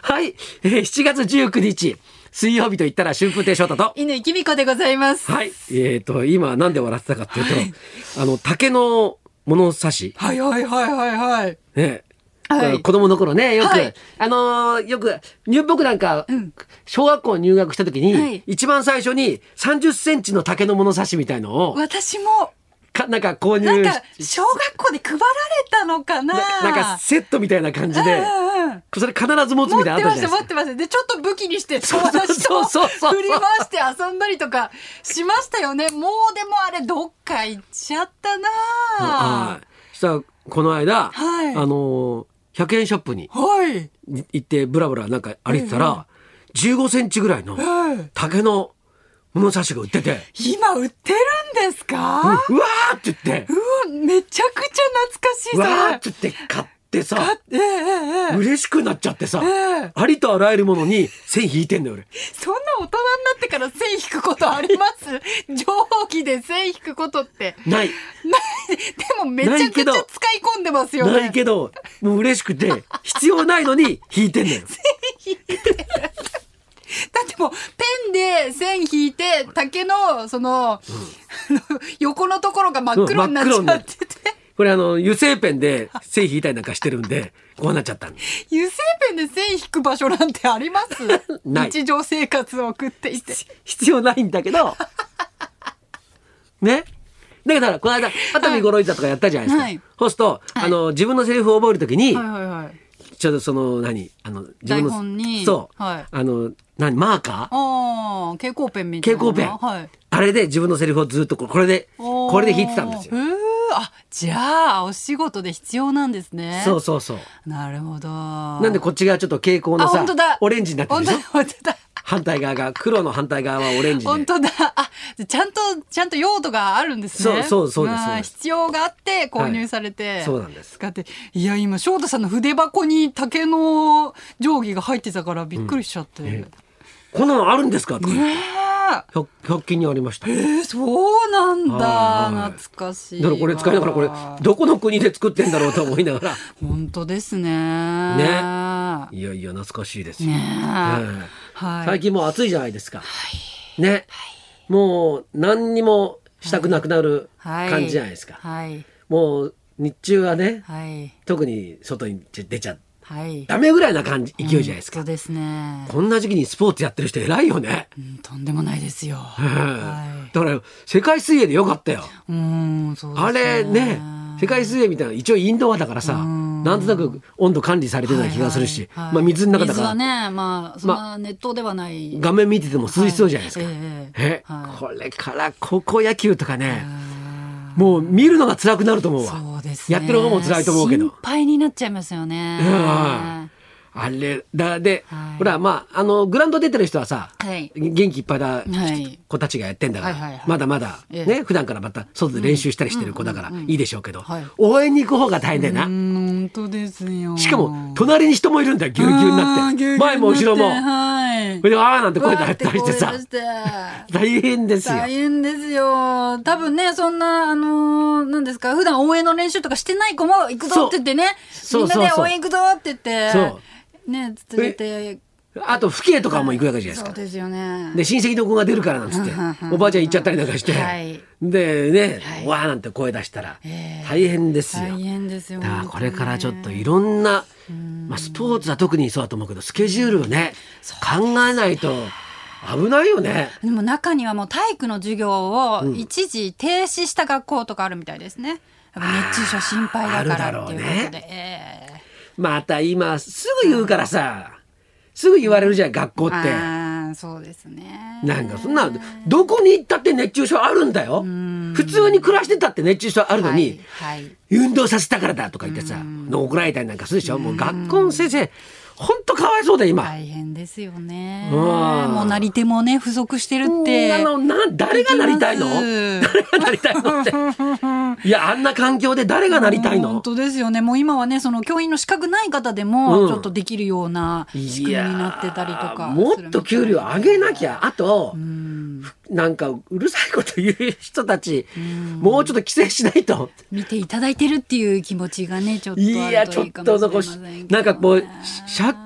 はい、7月19日水曜日と言ったら春風亭昇太と乾きみこでございます。 はい、今なんで笑ってたかっていうと、竹の物差し、 はいはいはいはいはいね、 はい、 子供の頃ねよく、 はい、 よく僕なんか、小学校入学した時に、はい、一番最初に30センチの竹の物差しみたいのを私もなんか購入なんか小学校で配られたのかな、 なんかセットみたいな感じで、それ必ず持つみたいなのあったじゃないですか。 持ってましたでちょっと武器にして友達と振り回して遊んだりとかしましたよね。もうでもあれどっか行っちゃったな。 したらこの間、 はい、 100円ショップに行ってブラブラなんか歩いてたら、15センチぐらいの竹の物差しが売ってて、 今売ってるんですか？ うわーって言って、 めちゃくちゃ懐かしい。それうわーって言って買ってさ、嬉しくなっちゃってさ、ありとあらゆるものに線引いてんだよ俺。 そんな大人になってから線引くことあります？定規で線引くことってないでもめちゃくちゃ使い込んでますよね。 ないけどもう嬉しくて必要ないのに引いてんだよ。 線引いてるだってもうペンで線引いて竹のその、横のところが真っ黒になっちゃってて、 これ油性ペンで線引いたりなんかしてるんでこうなっちゃったんで。 油性ペンで線引く場所なんてあります？ない。日常生活を送っていて必要ないんだけどね。だけどこの間熱海五郎一座とかやったじゃないですか、はい、そうすると、自分のセリフを覚えるときに、ちょうどその自分の台本にそう、マーカー、 蛍光ペンみたいな、 蛍光ペン、あれで自分のセリフをずっとこれで引いてたんですよ。 じゃあお仕事で必要なんですね。 そうそうそう。 なるほど。 なんでこっちがちょっと蛍光のさオレンジになってるでしょ。 本当だ。 反対側が黒の反対側はオレンジで。 本当だ。ちゃんと用途があるんですね。 そうです。 必要があって購入されて、 そうなんです。 使って、いや今翔太さんの筆箱に竹の定規が入ってたからびっくりしちゃって、 こんなのあるんですかとか、100均にありました。 そうなんだ。懐かしい。 だからこれ使いながらこれどこの国で作ってんだろうと思いながら。 本当ですね。 いや懐かしいですよ。最近もう暑いじゃないですか。ね。もう何にもしたくなくなる感じじゃないですか。もう日中はね、特に外に出ちゃダメぐらいな感じ勢いじゃないですか。 そうですね。 こんな時期にスポーツやってる人偉いよね。 とんでもないですよ。 だから世界水泳でよかったよ。 そうですね。 あれね、世界水泳みたいな一応インドアだからさ、なんとなく温度管理されてるような気がするし、水の中だから。 水はね、そんな熱湯ではない。 画面見てても涼しそうじゃないですか。これから高校野球とかね、もう見るのが辛くなると思うわ。そうですね。やってる方も辛いと思うけど。 心配になっちゃいますよね。 あれで、ほらグラウンド出てる人はさ、元気いっぱいだ子たちがやってんだから、まだまだね普段からまた外で練習したりしてる子だからいいでしょうけど、応援に行く方が大変だよな。 本当ですよ。 しかも隣に人もいるんだよ、ぎゅうぎゅうになって、前も後ろも。それでなんて声出したりしてさ、大変ですよ。 大変ですよ。多分ね、そんな何ですか、普段応援の練習とかしてない子も行くぞって言ってね、みんなで応援行くぞって言ってね、連れて、 あと父兄とかも行くわけじゃないですか。 そうですよね。 で親戚の子が出るからなんつっておばあちゃん行っちゃったりなんかして、でね、わーなんて声出したら大変ですよ。 大変ですよ。 だからこれからちょっといろんな、スポーツは特にそうだと思うけど、スケジュールをね考えないと危ないよね。 でも中にはもう体育の授業を一時停止した学校とかあるみたいですね。やっぱ熱中症心配だからっていうことで。 また今すぐ言うからさ、すぐ言われるじゃん学校って。 そうですね。 なんかそんなどこに行ったって熱中症あるんだよ。普通に暮らしてたって熱中症あるのに、運動させたからだとか言ってさ怒られたりなんかするでしょ。もう学校の先生本当かわいそうだ今。 大変ですよね。もうなり手もね不足してるって。 誰がなりたいの？誰がなりたいのって。いや、あんな環境で誰がなりたいの？ 本当ですよね。もう今はね、その教員の資格ない方でもちょっとできるような仕組みになってたりとか、 もっと給料上げなきゃ。あとなんかうるさいこと言う人たち、もうちょっと規制しないと。 見ていただいてるっていう気持ちがねちょっとあるといいかもしれませんけどね。 なんかこう借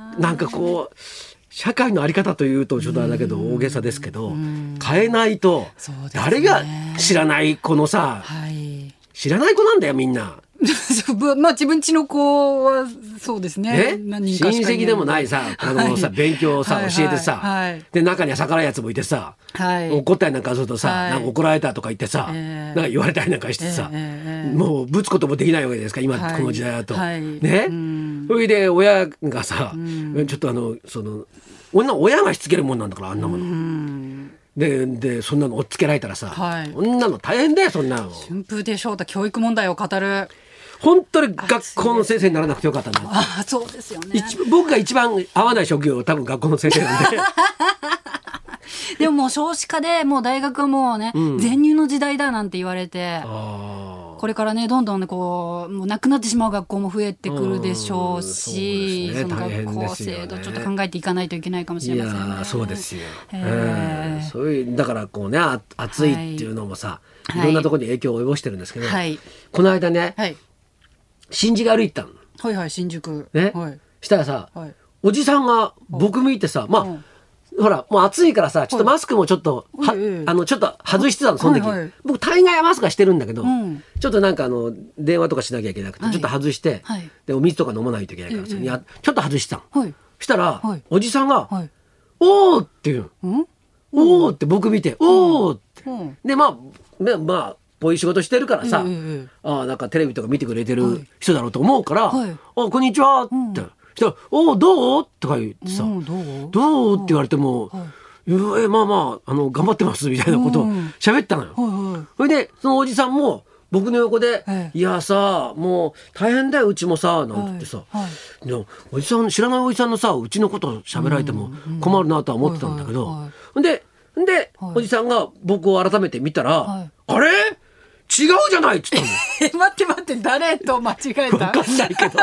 なんかこう社会の在り方というとちょっとあれだけど大げさですけど、変えないと誰が知らない子のさ、知らない子なんだよみんな。 まあ自分家の子はそうですね。 親戚でもないさ、勉強をさ教えてさ、で中には逆らうやつもいてさ、怒ったりなんかするとさ、なんか怒られたとか言ってさ、なんか言われたりなんかしてさ、もうぶつこともできないわけですから今この時代だとね。それで親がさ、ちょっと親がしつけるもんなんだからあんなもの。でそんなの追っつけられたらさ、そんなの大変だよそんなの。 春風亭昇太教育問題を語る。 本当に学校の先生にならなくてよかったな。 そうですよね。 僕が一番合わない職業は多分学校の先生なんで。 でももう少子化でもう大学はもうね、全入の時代だなんて言われて、これからねどんどんねこうもうなくなってしまう学校も増えてくるでしょうし、その学校制度ちょっと考えていかないといけないかもしれませんね。 そうですよ。そういうだからこうね暑いっていうのもさ、いろんなところに影響を及ぼしてるんですけど、この間ね、新宿歩いたの。 新宿ね。したらさ、おじさんが僕見てさ、ほらもう暑いからさちょっとマスクもちょっとちょっと外してたのその時。僕大概はマスクはしてるんだけど、ちょっとなんか電話とかしなきゃいけなくてちょっと外して、でお水とか飲まないといけないからさ、ちょっと外してたの。したらおじさんが「おー」って言うの。おーって僕見て「おー」って。でまあこういう仕事してるからさ、なんかテレビとか見てくれてる人だろうと思うから「こんにちは」ってしたら「おどう?」とか言ってさ「どう?」って言われても「まあ頑張ってます」みたいなことを喋ったのよ。それでそのおじさんも僕の横で「いやさもう大変だようちもさ」なんて言ってさ、おじさん知らないおじさんのさうちのこと喋られても困るなとは思ってたんだけど、でおじさんが僕を改めて見たら「あれ違うじゃない」っつったの。 待って誰と間違えた？ 分かんないけど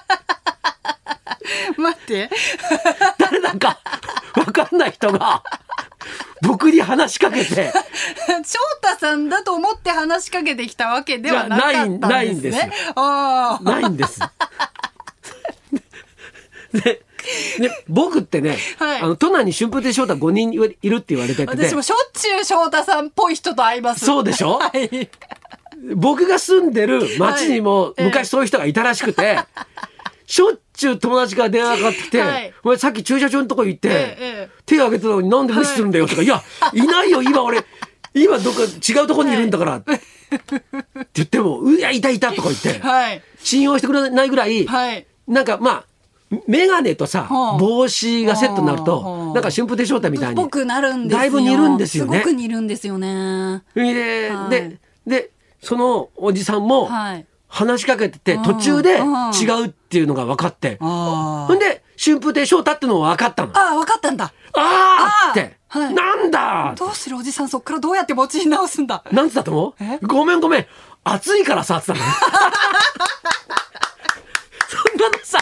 待って誰なんか分かんない人が僕に話しかけて翔太さんだと思って話しかけてきたわけではなかったんですね。 ないんです。ないんですで僕ってね、都内に春風亭昇太5人いるって言われてて、 私もしょっちゅう翔太さんっぽい人と会います。 そうでしょ、僕が住んでる町にも昔そういう人がいたらしくて、しょっちゅう友達から電話がかかってきて、お前さっき駐車場のとこ行って、手を挙げてたのになんで無視するんだよとか、いやいないよ今どっか違うとこにいるんだからって言っても、いやいたとか言って、信用してくれないぐらい、なんかメガネとさ帽子がセットになるとなんか春風亭昇太みたいにだいぶ似るんですよね。 すごく似るんですよね。 でそのおじさんも話しかけてて途中で違うっていうのが分かって、ほんで春風亭昇太ってのも分かったの。 分かったんだ。 って、なんだどうするおじさんそっからどうやって持ち直すんだ。 なんつったと思う？ごめん暑いからさって言ったのそんなのさ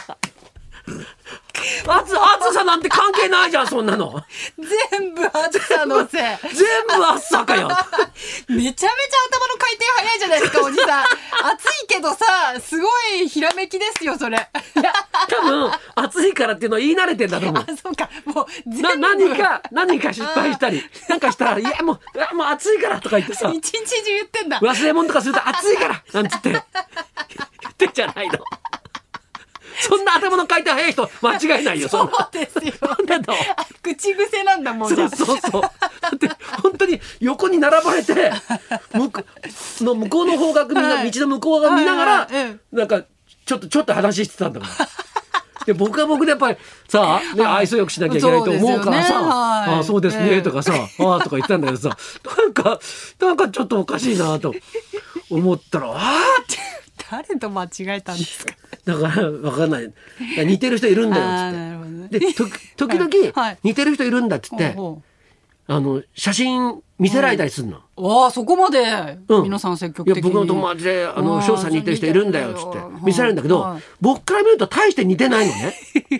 暑さなんて関係ないじゃんそんなの。 全部暑さのせい。 全部暑さかよ。 めちゃめちゃ頭の回転早いじゃないですかおじさん。暑いけどさすごいひらめきですよそれ。いや多分暑いからっていうのは言い慣れてんだと思う。 そうかもう全部何か失敗したりなんかしたらいやもう暑いからとか言ってさ一日中言ってんだ。 忘れ物とかすると暑いからなんつって言ってんじゃないの。そんな頭の回転早い人間違いないよ。 そうですよ。口癖なんだもん。 そうだって本当に横に並ばれて向こうの方角道の向こう側見ながらなんかちょっと話してたんだからで僕は僕でやっぱりさ愛想よくしなきゃいけないと思うからさそうですねとかさとか言ったんだけどさなんかちょっとおかしいなと思ったらって誰と間違えたんですか。 だから分かんない似てる人いるんだよっつって、で時々似てる人いるんだっつって、写真見せられたりするの。 そこまで皆さん積極的に。 いや僕の友達で翔さん似てる人いるんだよっつって見せられるんだけど、僕から見ると大して似てないのね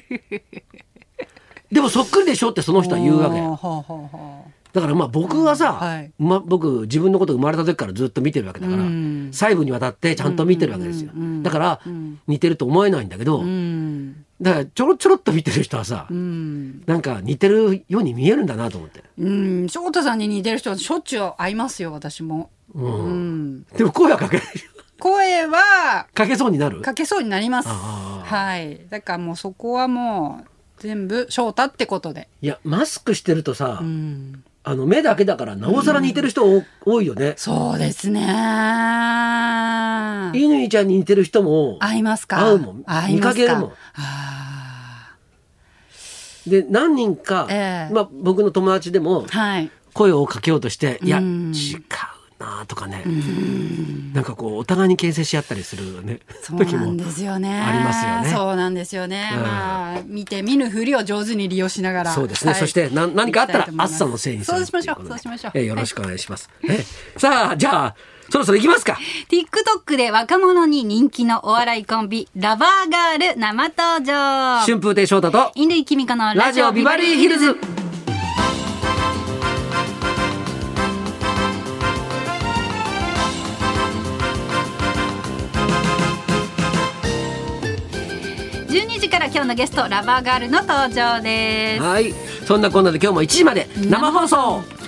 でもそっくりでしょってその人は言うわけ。だから僕はさ、僕自分のこと生まれた時からずっと見てるわけだから、細部にわたってちゃんと見てるわけですよ。だから似てると思えないんだけど、 だからちょろちょろっと見てる人はさ、なんか似てるように見えるんだなと思って。 翔太さんに似てる人はしょっちゅう会いますよ私も。 でも声はかけない。 声はかけそうになる。 かけそうになります。はい。だからもうそこはもう全部翔太ってことで。 いやマスクしてるとさ、目だけだからなおさら似てる人多いよね。 そうですね。 乾ちゃんに似てる人も会いますか。 会うもん。見かけるもん。で何人か、僕の友達でも声をかけようとして、いや違うなとかね、なんかこうお互いに牽制し合ったりするね時もありますよね。そうなんですよね。まあ見て見ぬふりを上手に利用しながら。 そうですね。そして何かあったら暑さのせいにする。 そうしましょう。そうしましょう。 よろしくお願いします。さあじゃあそろそろ行きますか。 TikTok で若者に人気のお笑いコンビラバーガール生登場。 春風亭昇太と乾きみ子のラジオビバリーヒルズ。 12時から今日のゲストラバーガールの登場です。 はい、そんなこんなで今日も1時まで生放送。